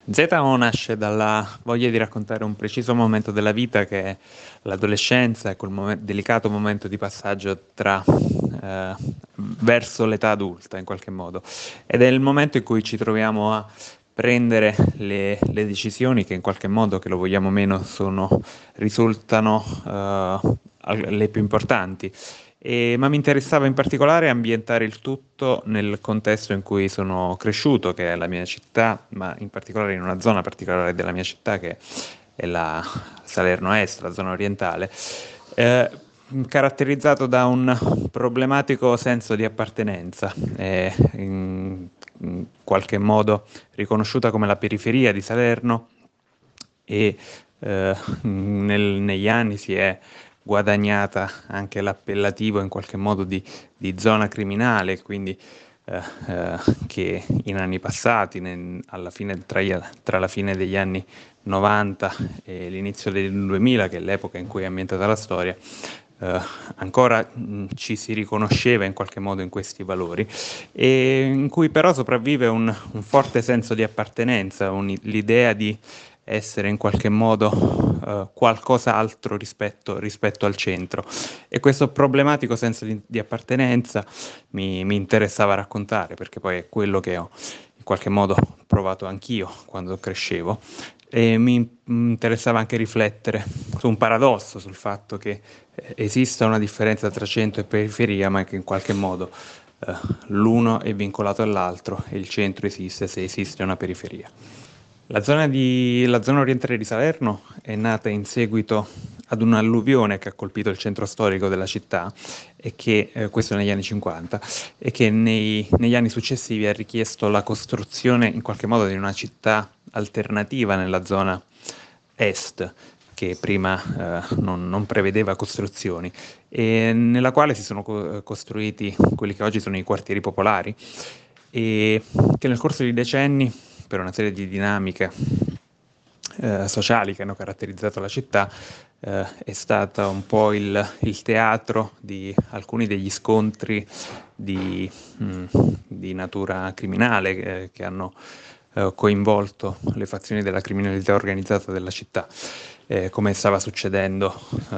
Zetao nasce dalla voglia di raccontare un preciso momento della vita che è l'adolescenza e quel delicato momento di passaggio verso l'età adulta in qualche modo. Ed è il momento in cui ci troviamo a prendere le decisioni che in qualche modo, che lo vogliamo o meno, risultano le più importanti. Ma mi interessava in particolare ambientare il tutto nel contesto in cui sono cresciuto, che è la mia città, ma in particolare in una zona particolare della mia città che è la Salerno Est, la zona orientale, eh, caratterizzato da un problematico senso di appartenenza, in qualche modo riconosciuta come la periferia di Salerno e negli anni si è guadagnata anche l'appellativo in qualche modo di zona criminale, quindi che in anni passati, alla fine, tra la fine degli anni 90 e l'inizio del 2000, che è l'epoca in cui è ambientata la storia, eh, ancora ci si riconosceva in qualche modo in questi valori, e in cui però sopravvive un forte senso di appartenenza, l'idea di essere in qualche modo qualcos'altro rispetto al centro. E questo problematico senso di appartenenza mi interessava raccontare, perché poi è quello che ho in qualche modo provato anch'io quando crescevo. E mi interessava anche riflettere su un paradosso, sul fatto che esista una differenza tra centro e periferia, ma che in qualche modo eh, l'uno è vincolato all'altro e il centro esiste se esiste una periferia. La zona orientale di Salerno è nata in seguito ad un'alluvione che ha colpito il centro storico della città e che, questo negli anni 50, e che negli anni successivi ha richiesto la costruzione in qualche modo di una città alternativa nella zona est, che prima non prevedeva costruzioni, e nella quale si sono costruiti quelli che oggi sono i quartieri popolari, e che nel corso di decenni, per una serie di dinamiche sociali che hanno caratterizzato la città, è stata un po' il teatro di alcuni degli scontri di, mh, di natura criminale che hanno coinvolto le fazioni della criminalità organizzata della città, come stava succedendo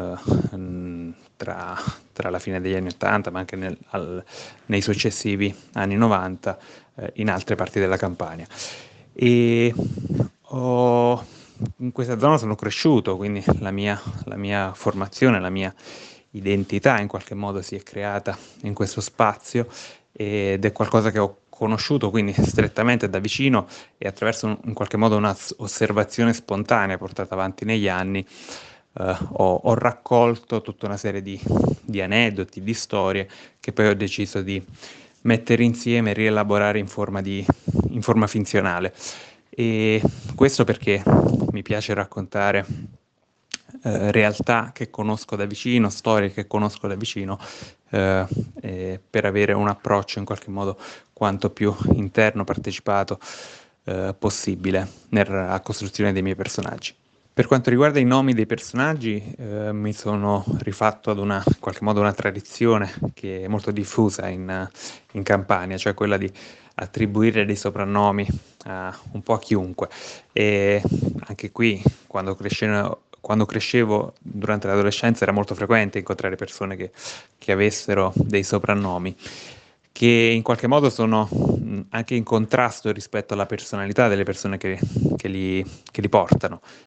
tra la fine degli anni 80, ma anche nei successivi anni 90, in altre parti della Campania. E ho- in questa zona sono cresciuto, quindi la mia formazione, la mia identità in qualche modo si è creata in questo spazio, ed è qualcosa che ho conosciuto quindi strettamente da vicino e attraverso in qualche modo una osservazione spontanea portata avanti negli anni. Ho raccolto tutta una serie di aneddoti, di storie che poi ho deciso di mettere insieme e rielaborare in forma finzionale. E questo perché mi piace raccontare realtà che conosco da vicino, storie che conosco da vicino, per avere un approccio in qualche modo quanto più interno, partecipato, possibile nella costruzione dei miei personaggi. Per quanto riguarda i nomi dei personaggi, mi sono rifatto ad in qualche modo una tradizione che è molto diffusa in Campania, cioè quella di attribuire dei soprannomi un po' a chiunque. E anche qui, quando crescevo durante l'adolescenza, era molto frequente incontrare persone che avessero dei soprannomi, che in qualche modo sono anche in contrasto rispetto alla personalità delle persone che li portano.